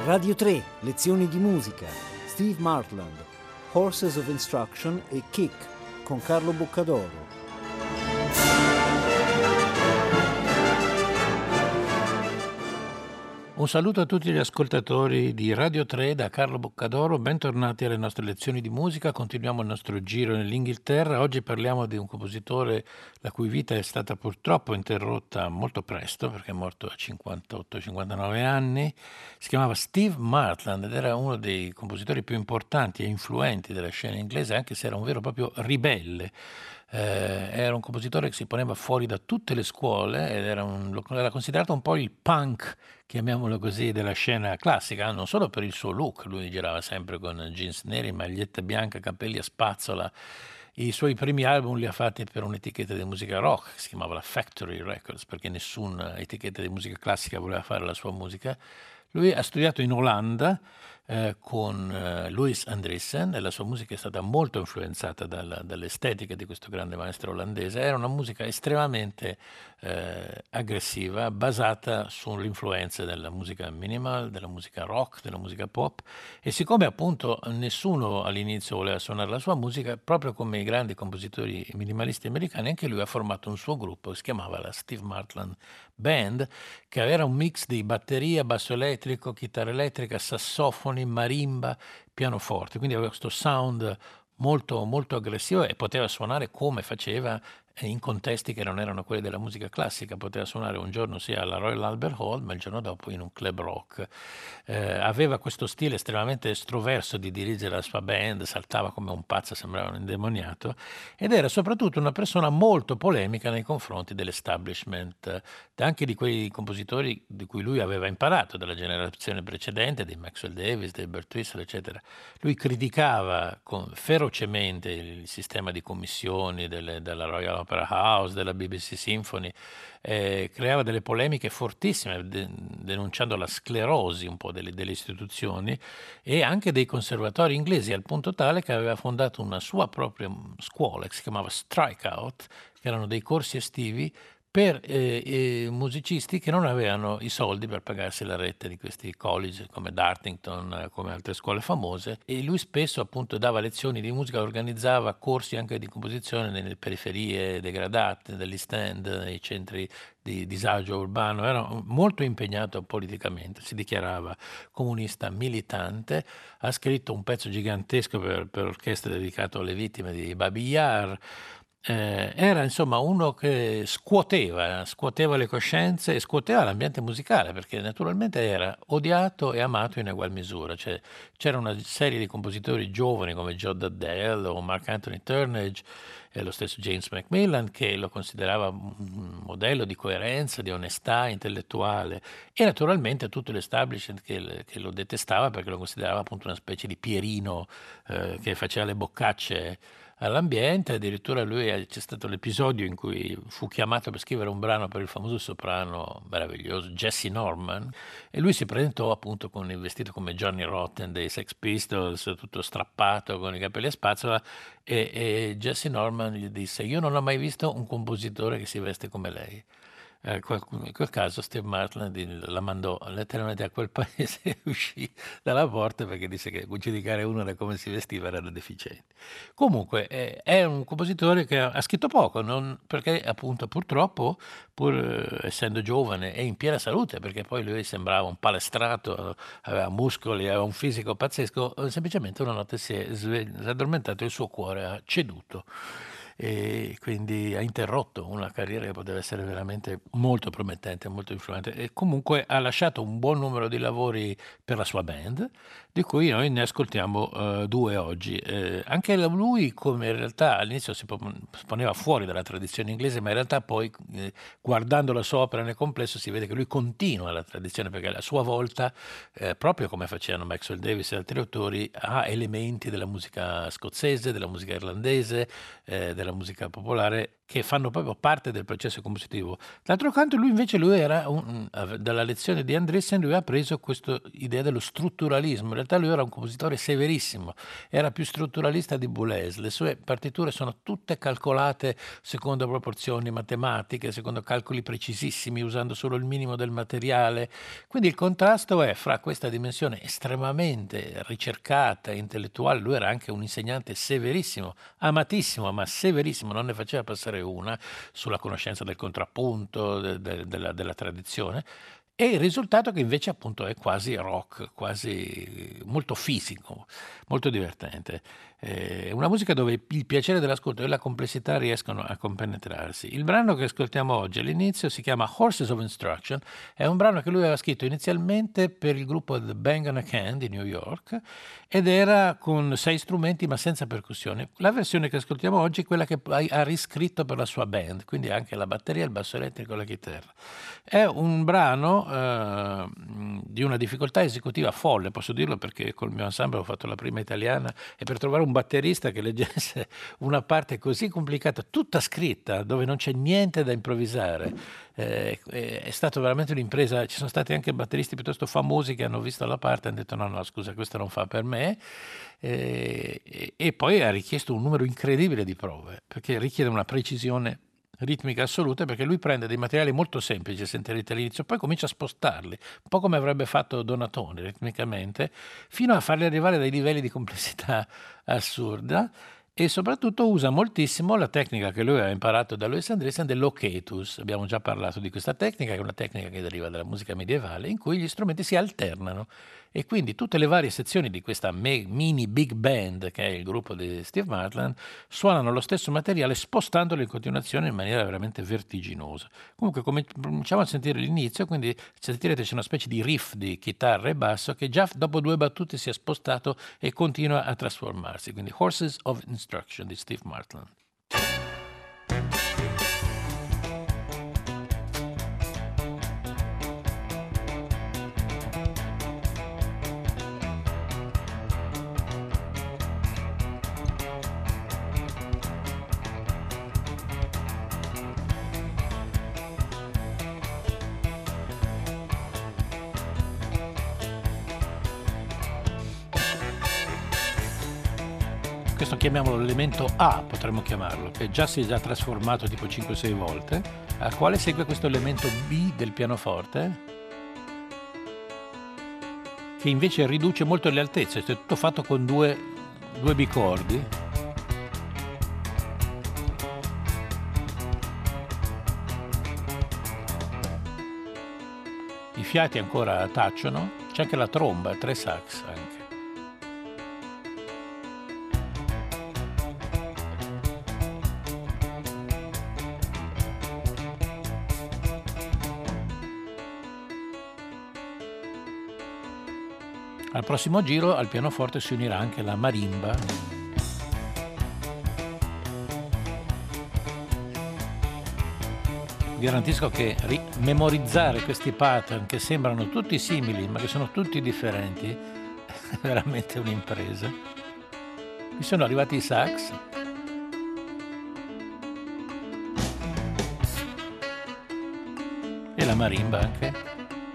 Radio 3, lezioni di musica, Steve Martland, Horses of Instruction e Kick con Carlo Boccadoro. Un saluto a tutti gli ascoltatori di Radio 3 da Carlo Boccadoro, bentornati alle nostre lezioni di musica. Continuiamo il nostro giro nell'Inghilterra. Oggi parliamo di un compositore la cui vita è stata purtroppo interrotta molto presto, perché è morto a 58-59 anni. Si chiamava Steve Martland ed era uno dei compositori più importanti e influenti della scena inglese, anche se era un vero e proprio ribelle. Era un compositore che si poneva fuori da tutte le scuole ed era considerato un po' il punk, chiamiamolo così, della scena classica, non solo per il suo look. Lui girava sempre con jeans neri, maglietta bianca, capelli a spazzola. I suoi primi album li ha fatti per un'etichetta di musica rock che si chiamava la Factory Records, perché nessuna etichetta di musica classica voleva fare la sua musica. Lui ha studiato in Olanda con Louis Andriessen e la sua musica è stata molto influenzata dall'estetica di questo grande maestro olandese. Era una musica estremamente aggressiva, basata sull'influenza della musica minimal, della musica rock, della musica pop, e siccome appunto nessuno all'inizio voleva suonare la sua musica, proprio come i grandi compositori minimalisti americani, anche lui ha formato un suo gruppo che si chiamava la Steve Martland Band, che era un mix di batteria, basso elettrico, chitarra elettrica, sassofoni, marimba, pianoforte, quindi aveva questo sound molto, molto aggressivo e poteva suonare come faceva in contesti che non erano quelli della musica classica. Poteva suonare un giorno sia alla Royal Albert Hall, ma il giorno dopo in un club rock. Aveva questo stile estremamente estroverso di dirigere la sua band, saltava come un pazzo, sembrava un indemoniato, ed era soprattutto una persona molto polemica nei confronti dell'establishment, anche di quei compositori di cui lui aveva imparato dalla generazione precedente, di Maxwell Davis, di Bert Whistle, eccetera. Lui criticava ferocemente il sistema di commissioni della Royal Opera House, della BBC Symphony, creava delle polemiche fortissime denunciando la sclerosi un po' delle istituzioni e anche dei conservatori inglesi, al punto tale che aveva fondato una sua propria scuola che si chiamava Strikeout, che erano dei corsi estivi per musicisti che non avevano i soldi per pagarsi la retta di questi college come Dartington, come altre scuole famose, e lui spesso appunto dava lezioni di musica, organizzava corsi anche di composizione nelle periferie degradate dell'East End, nei centri di disagio urbano. Era molto impegnato politicamente, si dichiarava comunista militante, ha scritto un pezzo gigantesco per orchestra dedicato alle vittime di Babi Yar. Era insomma uno che scuoteva le coscienze e scuoteva l'ambiente musicale, perché naturalmente era odiato e amato in egual misura. Cioè, c'era una serie di compositori giovani come Joe Daddell o Mark Anthony Turnage e lo stesso James Macmillan che lo considerava un modello di coerenza, di onestà intellettuale, e naturalmente tutto l'establishment che lo detestava perché lo considerava appunto una specie di Pierino che faceva le boccacce all'ambiente. Addirittura c'è stato l'episodio in cui fu chiamato per scrivere un brano per il famoso soprano meraviglioso Jesse Norman, e lui si presentò appunto con il vestito come Johnny Rotten dei Sex Pistols, tutto strappato con i capelli a spazzola, e Jesse Norman gli disse: io non ho mai visto un compositore che si veste come lei. In quel caso Steve Martland la mandò letteralmente a quel paese e uscì dalla porta perché disse che giudicare uno da come si vestiva era deficiente. Comunque è un compositore che ha scritto poco, perché appunto purtroppo, pur essendo giovane e in piena salute, perché poi lui sembrava un palestrato, aveva muscoli, aveva un fisico pazzesco, semplicemente una notte si è addormentato e il suo cuore ha ceduto, e quindi ha interrotto una carriera che poteva essere veramente molto promettente, molto influente, e comunque ha lasciato un buon numero di lavori per la sua band, di cui noi ne ascoltiamo due oggi. Anche lui, come in realtà all'inizio si poneva fuori dalla tradizione inglese, ma in realtà poi guardando la sua opera nel complesso si vede che lui continua la tradizione, perché a sua volta, proprio come facevano Maxwell Davis e altri autori, ha elementi della musica scozzese, della musica irlandese, della musica popolare, che fanno proprio parte del processo compositivo. D'altro canto lui era dalla lezione di Andriessen lui ha preso questa idea dello strutturalismo. In realtà lui era un compositore severissimo, era più strutturalista di Boulez. Le sue partiture sono tutte calcolate secondo proporzioni matematiche, secondo calcoli precisissimi, usando solo il minimo del materiale. Quindi il contrasto è fra questa dimensione estremamente ricercata, intellettuale. Lui era anche un insegnante severissimo, amatissimo, ma severissimo, non ne faceva passare una sulla conoscenza del contrappunto, della tradizione, e il risultato che invece appunto è quasi rock, quasi molto fisico, molto divertente. Una musica dove il piacere dell'ascolto e la complessità riescono a compenetrarsi. Il brano che ascoltiamo oggi all'inizio si chiama Horses of Instruction, è un brano che lui aveva scritto inizialmente per il gruppo The Bang on a Can di New York ed era con 6 strumenti ma senza percussioni. La versione che ascoltiamo oggi è quella che ha riscritto per la sua band, quindi anche la batteria, il basso elettrico e la chitarra. È un brano di una difficoltà esecutiva folle, posso dirlo perché col mio ensemble ho fatto la prima italiana e per trovare un batterista che leggesse una parte così complicata, tutta scritta, dove non c'è niente da improvvisare, è stata veramente un'impresa. Ci sono stati anche batteristi piuttosto famosi che hanno visto la parte e hanno detto no, scusa, questo non fa per me, e poi ha richiesto un numero incredibile di prove, perché richiede una precisione ritmica assoluta, perché lui prende dei materiali molto semplici, sentirete all'inizio, poi comincia a spostarli, un po' come avrebbe fatto Donatoni ritmicamente, fino a farli arrivare a dei livelli di complessità assurda, e soprattutto usa moltissimo la tecnica che lui aveva imparato da Louis Andriessen dell'Occhetus. Abbiamo già parlato di questa tecnica, che è una tecnica che deriva dalla musica medievale, in cui gli strumenti si alternano e quindi tutte le varie sezioni di questa mini big band, che è il gruppo di Steve Martland, suonano lo stesso materiale spostandolo in continuazione in maniera veramente vertiginosa. Comunque cominciamo a sentire l'inizio, quindi sentirete c'è una specie di riff di chitarra e basso che già dopo 2 battute si è spostato e continua a trasformarsi. Quindi Horses of Instruction di Steve Martland. Questo chiamiamolo l'elemento A, potremmo chiamarlo, che già si è già trasformato tipo 5-6 volte, al quale segue questo elemento B del pianoforte, che invece riduce molto le altezze, è tutto fatto con due bicordi. I fiati ancora tacciono, c'è anche la tromba, 3 sax anche. Al prossimo giro al pianoforte si unirà anche la marimba. Vi garantisco che memorizzare questi pattern che sembrano tutti simili ma che sono tutti differenti è veramente un'impresa. Mi sono arrivati i sax. E la marimba anche.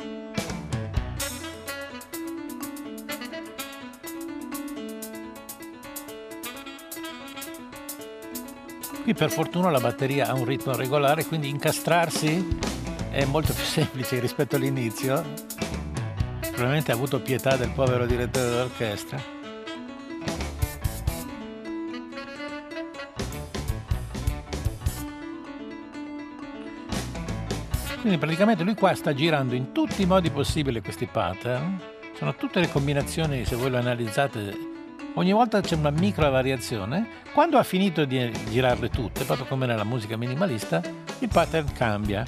Qui per fortuna la batteria ha un ritmo regolare, quindi incastrarsi è molto più semplice rispetto all'inizio. Probabilmente ha avuto pietà del povero direttore dell'orchestra. Quindi praticamente lui qua sta girando in tutti i modi possibili questi pattern. Sono tutte le combinazioni, se voi lo analizzate, ogni volta c'è una micro variazione. Quando ha finito di girarle tutte, proprio come nella musica minimalista, il pattern cambia.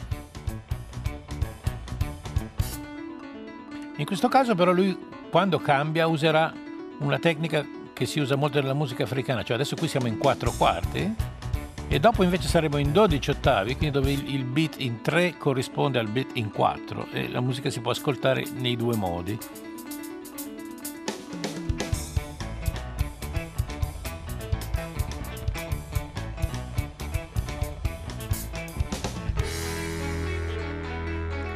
In questo caso però lui, quando cambia, userà una tecnica che si usa molto nella musica africana, cioè adesso qui siamo in 4 quarti e dopo invece saremo in 12 ottavi, quindi dove il beat in 3 corrisponde al beat in 4 e la musica si può ascoltare nei 2 modi.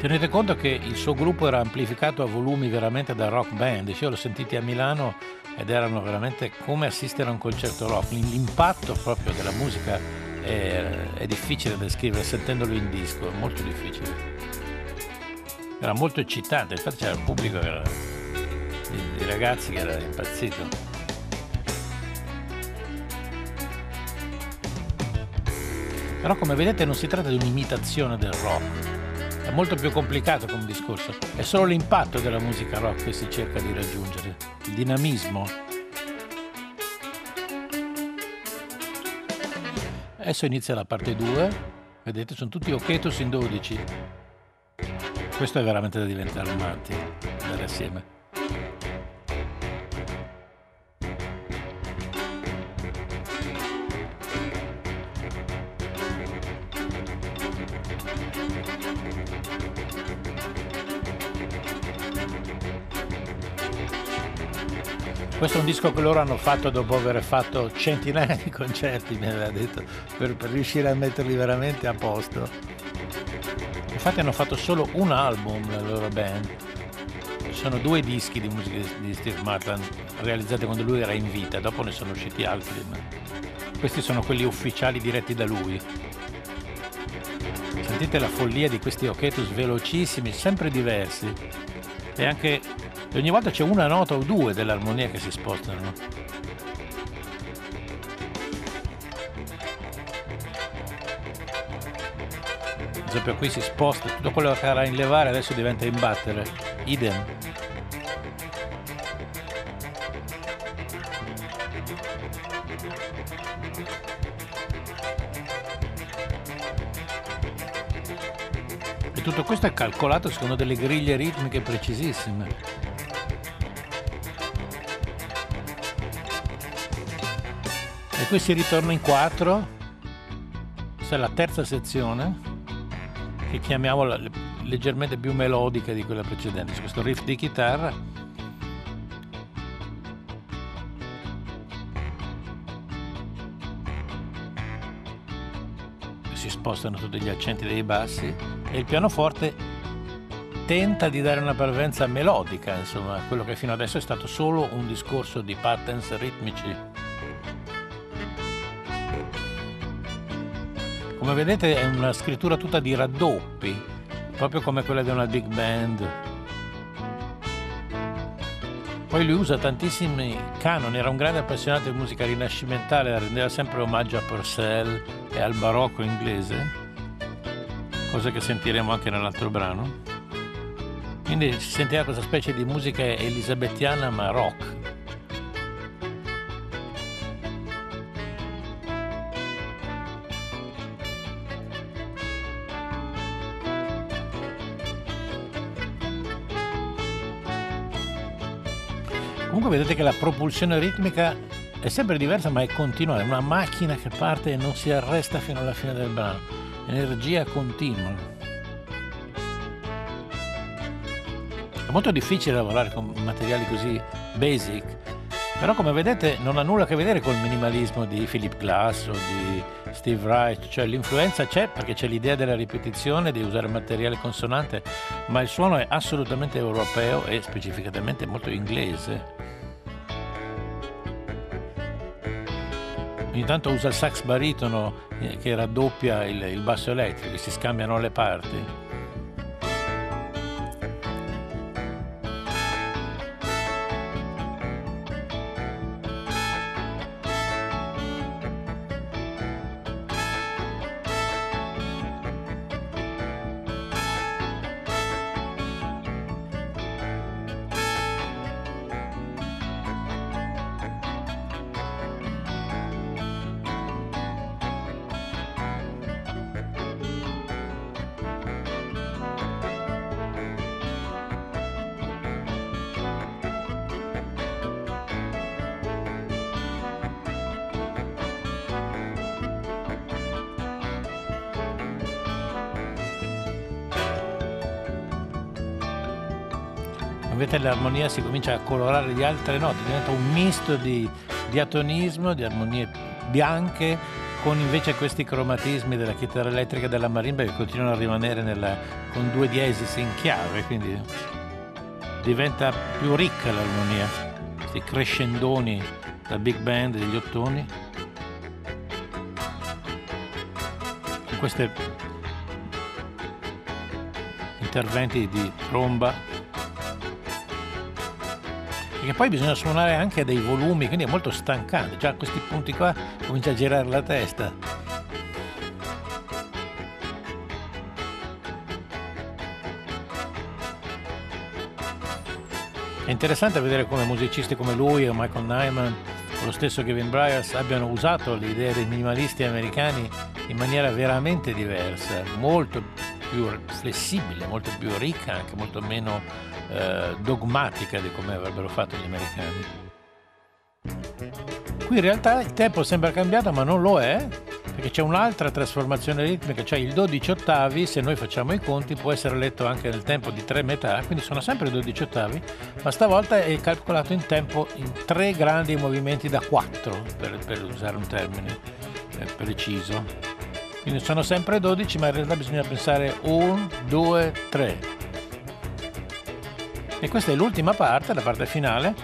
Tenete conto che il suo gruppo era amplificato a volumi veramente da rock band. Io l'ho sentiti a Milano ed erano veramente come assistere a un concerto rock. L'impatto proprio della musica è difficile da descrivere sentendolo in disco, è molto difficile. Era molto eccitante, infatti c'era il pubblico di ragazzi che era impazzito. Però come vedete non si tratta di un'imitazione del rock. È molto più complicato come discorso, è solo l'impatto della musica rock che si cerca di raggiungere, il dinamismo. Adesso inizia la parte 2, vedete sono tutti occhetos in 12. Questo è veramente da diventare matti, andare assieme. Questo è un disco che loro hanno fatto dopo aver fatto centinaia di concerti, mi aveva detto, per riuscire a metterli veramente a posto. Infatti hanno fatto solo un album, la loro band. Ci sono 2 dischi di musica di Steve Martin realizzati quando lui era in vita, dopo ne sono usciti altri, ma questi sono quelli ufficiali diretti da lui. Sentite la follia di questi occhetos velocissimi, sempre diversi. E anche ogni volta c'è una nota o 2 dell'armonia che si spostano. Ad esempio qui si sposta, tutto quello che era in levare adesso diventa in battere, idem. E tutto questo è calcolato secondo delle griglie ritmiche precisissime. E qui si ritorna in 4, questa è la terza sezione, che chiamiamo leggermente più melodica di quella precedente, c'è questo riff di chitarra. Si spostano tutti gli accenti dei bassi e il pianoforte tenta di dare una parvenza melodica, insomma, quello che fino adesso è stato solo un discorso di patterns ritmici. Come vedete è una scrittura tutta di raddoppi, proprio come quella di una big band. Poi lui usa tantissimi canoni, era un grande appassionato di musica rinascimentale, rendeva sempre omaggio a Purcell e al barocco inglese, cosa che sentiremo anche nell'altro brano. Quindi si sentiva questa specie di musica elisabettiana ma rock. Comunque vedete che la propulsione ritmica è sempre diversa ma è continua, è una macchina che parte e non si arresta fino alla fine del brano, energia continua. È molto difficile lavorare con materiali così basic, però come vedete non ha nulla a che vedere col minimalismo di Philip Glass o di Steve Reich, cioè l'influenza c'è perché c'è l'idea della ripetizione, di usare materiale consonante, ma il suono è assolutamente europeo e specificatamente molto inglese. Ogni tanto usa il sax baritono che raddoppia il basso elettrico, si scambiano le parti. Vedete l'armonia si comincia a colorare di altre note, diventa un misto di diatonismo, di armonie bianche con invece questi cromatismi della chitarra elettrica e della marimba che continuano a rimanere con due diesis in chiave, quindi diventa più ricca l'armonia, questi crescendoni da big band degli ottoni, con questi interventi di tromba, perché poi bisogna suonare anche a dei volumi, quindi è molto stancante, già a questi punti qua comincia a girare la testa. È interessante vedere come musicisti come lui o Michael Nyman o lo stesso Kevin Bryars abbiano usato le idee dei minimalisti americani in maniera veramente diversa, molto più flessibile, molto più ricca, anche molto meno dogmatica di come avrebbero fatto gli americani. Qui in realtà il tempo sembra cambiato, ma non lo è, perché c'è un'altra trasformazione ritmica, cioè il 12 ottavi, se noi facciamo i conti, può essere letto anche nel tempo di 3 metà, quindi sono sempre 12 ottavi, ma stavolta è calcolato in tempo in 3 grandi movimenti da 4, per usare un termine preciso. Quindi sono sempre 12, ma in realtà bisogna pensare 1, 2, 3. E questa è l'ultima parte, la parte finale,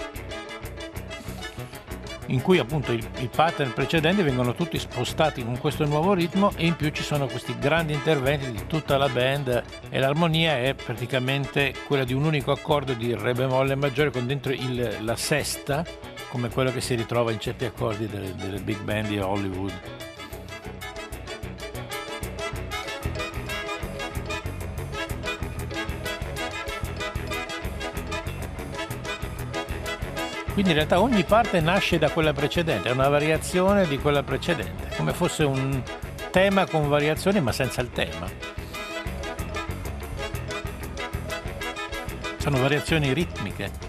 in cui appunto i pattern precedenti vengono tutti spostati con questo nuovo ritmo e in più ci sono questi grandi interventi di tutta la band e l'armonia è praticamente quella di un unico accordo di re bemolle maggiore con dentro la sesta, come quello che si ritrova in certi accordi delle big band di Hollywood. Quindi in realtà ogni parte nasce da quella precedente, è una variazione di quella precedente, come fosse un tema con variazioni ma senza il tema. Sono variazioni ritmiche.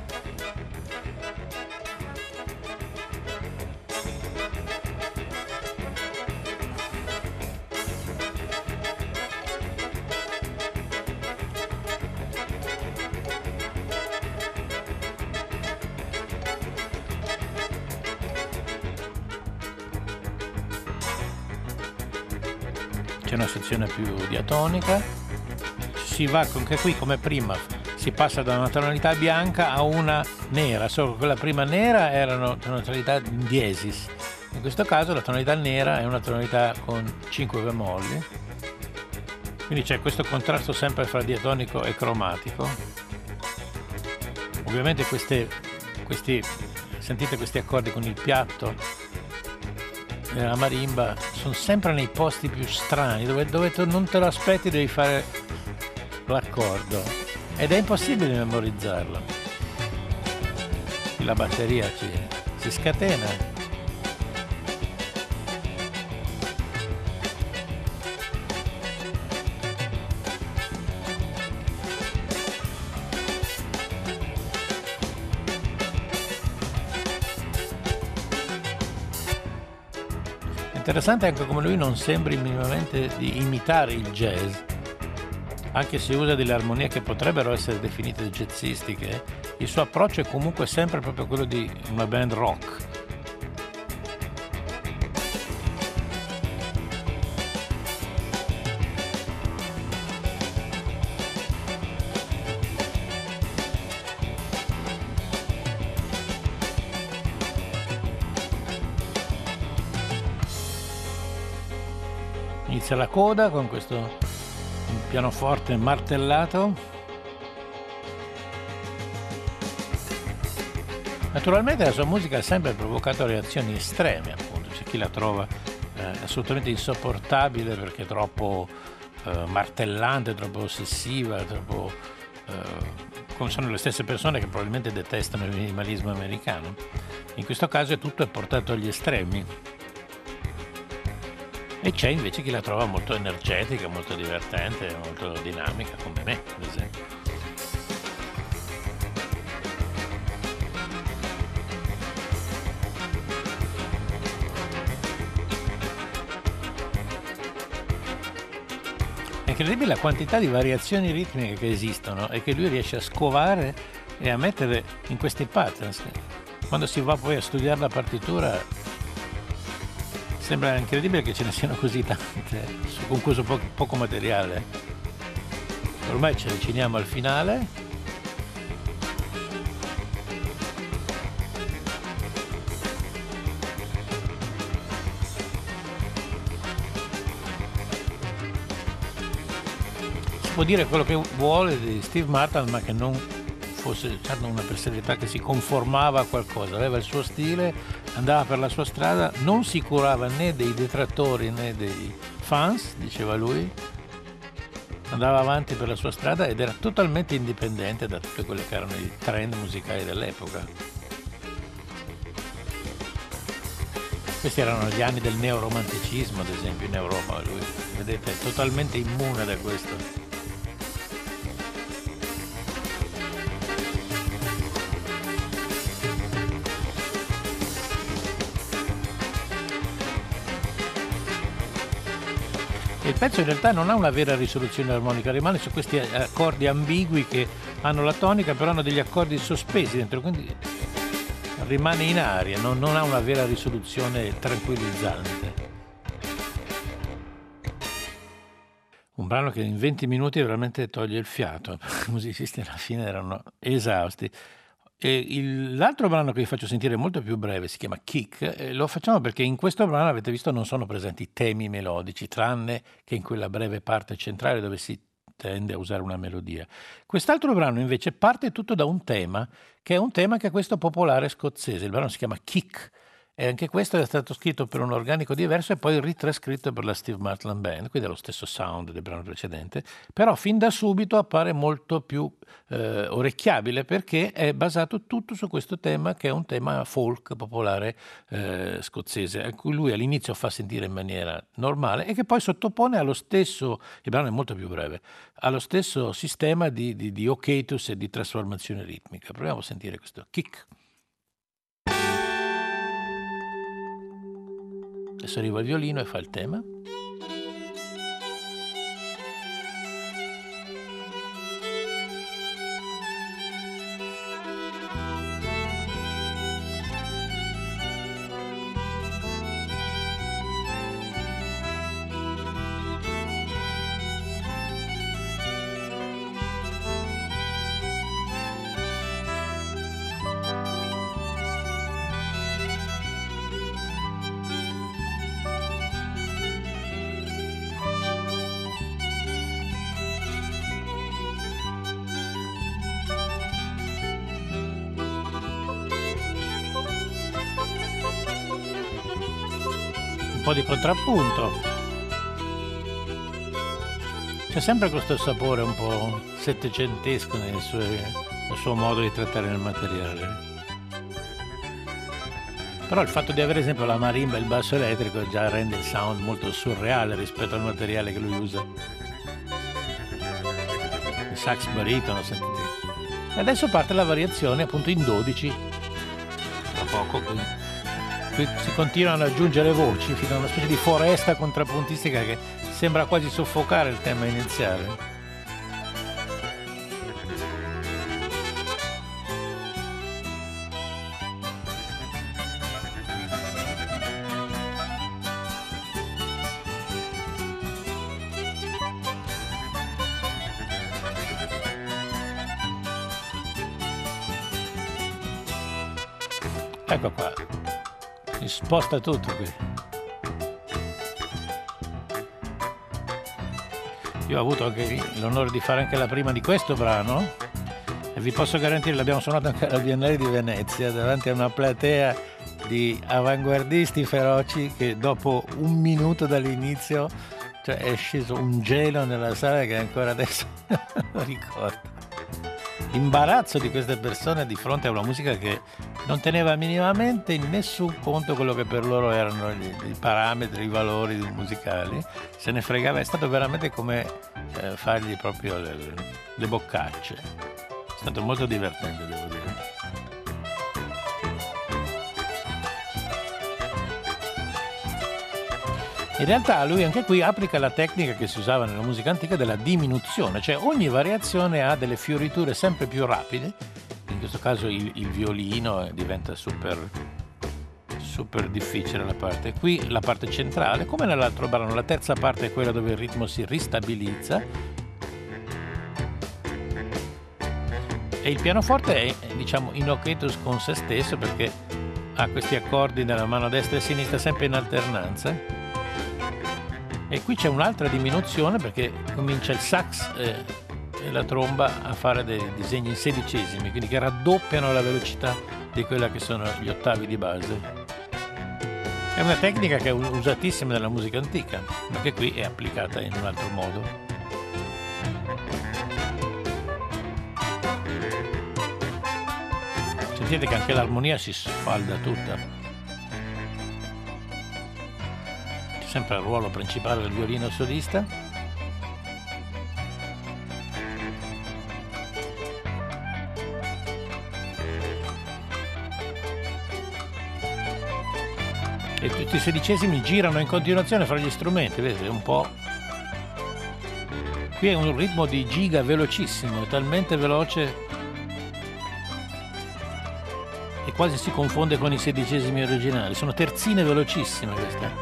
C'è una sezione più diatonica, si va anche qui come prima, si passa da una tonalità bianca a una nera, solo che quella prima nera era una tonalità in diesis, in questo caso la tonalità nera è una tonalità con 5 bemolli, quindi c'è questo contrasto sempre fra diatonico e cromatico. Ovviamente sentite questi accordi con il piatto la marimba sono sempre nei posti più strani dove tu non te lo aspetti, devi fare l'accordo ed è impossibile memorizzarlo. La batteria si scatena. Interessante anche come lui non sembri minimamente di imitare il jazz, anche se usa delle armonie che potrebbero essere definite jazzistiche, il suo approccio è comunque sempre proprio quello di una band rock. Inizia la coda con questo pianoforte martellato. Naturalmente la sua musica ha sempre provocato reazioni estreme, appunto. C'è chi la trova assolutamente insopportabile perché è troppo martellante, troppo ossessiva, troppo come sono le stesse persone che probabilmente detestano il minimalismo americano. In questo caso tutto è portato agli estremi. E c'è invece chi la trova molto energetica, molto divertente, molto dinamica, come me, ad esempio. È incredibile la quantità di variazioni ritmiche che esistono e che lui riesce a scovare e a mettere in questi patterns. Quando si va poi a studiare la partitura Sembra incredibile che ce ne siano così tante con questo poco materiale. Ormai ci avviciniamo al finale. Si può dire quello che vuole di Steve Martin, ma che non fosse certo una personalità che si conformava a qualcosa, aveva il suo stile, andava per la sua strada, non si curava né dei detrattori né dei fans, diceva lui, andava avanti per la sua strada ed era totalmente indipendente da tutte quelle che erano i trend musicali dell'epoca. Questi erano gli anni del neoromanticismo, ad esempio, in Europa, lui, vedete, è totalmente immune da questo. Il pezzo in realtà non ha una vera risoluzione armonica, rimane su questi accordi ambigui che hanno la tonica, però hanno degli accordi sospesi dentro, quindi rimane in aria, non ha una vera risoluzione tranquillizzante. Un brano che in 20 minuti veramente toglie il fiato, i musicisti alla fine erano esausti. L'altro brano che vi faccio sentire è molto più breve, si chiama Kick, lo facciamo perché in questo brano, avete visto, non sono presenti temi melodici, tranne che in quella breve parte centrale dove si tende a usare una melodia. Quest'altro brano invece parte tutto da un tema, che è un tema che è questo popolare scozzese. Il brano si chiama Kick, e anche questo è stato scritto per un organico diverso e poi ritrascritto per la Steve Martin Band, quindi è lo stesso sound del brano precedente, però fin da subito appare molto più orecchiabile perché è basato tutto su questo tema, che è un tema folk popolare scozzese, a cui lui all'inizio fa sentire in maniera normale e che poi sottopone allo stesso, il brano è molto più breve, allo stesso sistema di occatus e di trasformazione ritmica. Proviamo a sentire questo Kick. Adesso arriva il violino e fa il tema. Un po' di contrappunto, c'è sempre questo sapore un po' settecentesco nel suo modo di trattare il materiale, però il fatto di avere ad esempio la marimba e il basso elettrico già rende il sound molto surreale rispetto al materiale che lui usa. Il sax baritono, sentite, e adesso parte la variazione appunto in 12 tra poco, quindi qui si continuano ad aggiungere voci fino a una specie di foresta contrappuntistica che sembra quasi soffocare il tema iniziale. Ecco qua. Si sposta tutto qui. Io ho avuto anche l'onore di fare anche la prima di questo brano e vi posso garantire, l'abbiamo suonato anche alla Biennale di Venezia davanti a una platea di avanguardisti feroci che dopo un minuto dall'inizio, cioè, è sceso un gelo nella sala che ancora adesso lo ricordo. L'imbarazzo di queste persone di fronte a una musica che non teneva minimamente in nessun conto quello che per loro erano i parametri, i valori musicali, se ne fregava, è stato veramente come fargli proprio le boccacce. È stato molto divertente, devo dire. In realtà lui anche qui applica la tecnica che si usava nella musica antica della diminuzione, cioè ogni variazione ha delle fioriture sempre più rapide, in questo caso il violino diventa super super difficile la parte. Qui la parte centrale, come nell'altro brano, la terza parte è quella dove il ritmo si ristabilizza e il pianoforte è, diciamo, in occhietto con se stesso, perché ha questi accordi nella mano destra e sinistra sempre in alternanza. E qui c'è un'altra diminuzione perché comincia il sax e la tromba a fare dei disegni in sedicesimi, quindi che raddoppiano la velocità di quella che sono gli ottavi di base. È una tecnica che è usatissima nella musica antica, ma che qui è applicata in un altro modo. Sentite che anche l'armonia si sfalda tutta. C'è sempre il ruolo principale del violino solista. E tutti i sedicesimi girano in continuazione fra gli strumenti, vedete, un po'. Qui è un ritmo di giga velocissimo, talmente veloce e quasi si confonde con i sedicesimi originali. Sono terzine velocissime queste.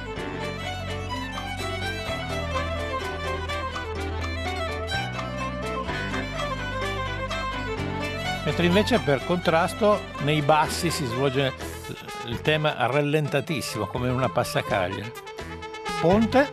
Mentre invece per contrasto nei bassi si svolge il tema rallentatissimo, come in una passacaglia. Ponte,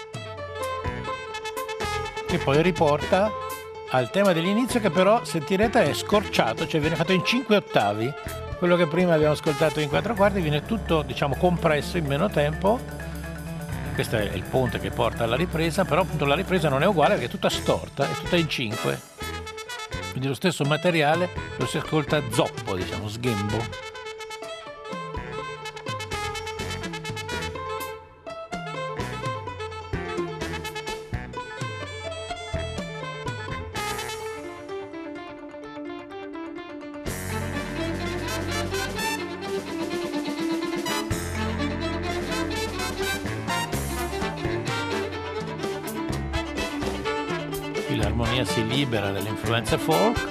che poi riporta al tema dell'inizio, che però sentirete è scorciato, cioè viene fatto in 5 ottavi. Quello che prima abbiamo ascoltato in 4 quarti viene tutto, diciamo, compresso in meno tempo. Questo è il ponte che porta alla ripresa, però appunto la ripresa non è uguale perché è tutta storta, è tutta in 5. Quindi lo stesso materiale lo si ascolta zoppo, diciamo, sghembo. L'armonia si libera dall'influenza folk.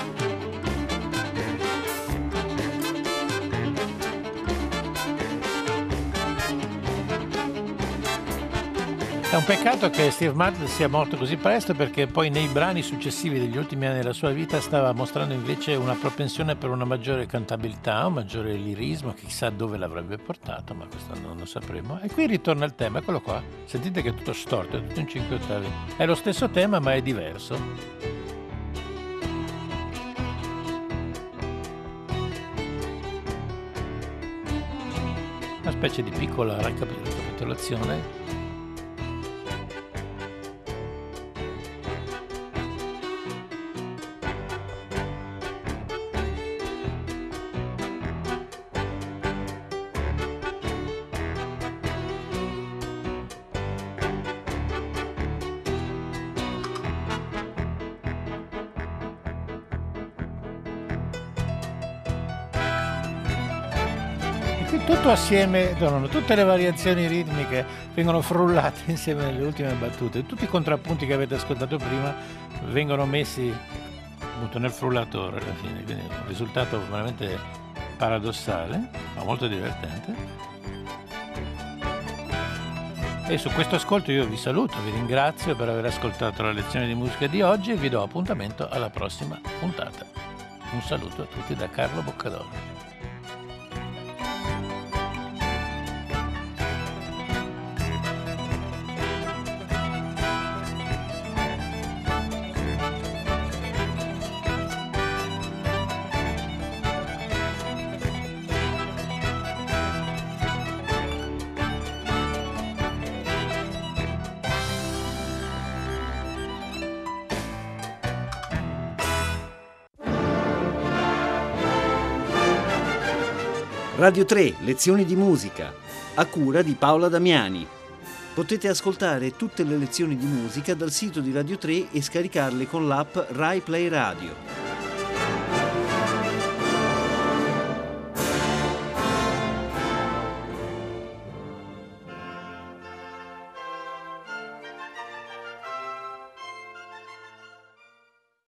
È un peccato che Steve Martin sia morto così presto, perché poi nei brani successivi degli ultimi anni della sua vita stava mostrando invece una propensione per una maggiore cantabilità, un maggiore lirismo, che chissà dove l'avrebbe portato, ma questo non lo sapremo. E qui ritorna il tema, eccolo qua, sentite che è tutto storto, è tutto in 5 ottavi. È lo stesso tema ma è diverso. Una specie di piccola ricapitolazione. Tutto assieme, tutte le variazioni ritmiche vengono frullate insieme nelle ultime battute, tutti i contrappunti che avete ascoltato prima vengono messi appunto nel frullatore alla fine, quindi un risultato veramente paradossale ma molto divertente. E su questo ascolto io vi saluto, vi ringrazio per aver ascoltato la lezione di musica di oggi e vi do appuntamento alla prossima puntata. Un saluto a tutti da Carlo Boccadoro. Radio 3, lezioni di musica, a cura di Paola Damiani. Potete ascoltare tutte le lezioni di musica dal sito di Radio 3 e scaricarle con l'app Rai Play Radio.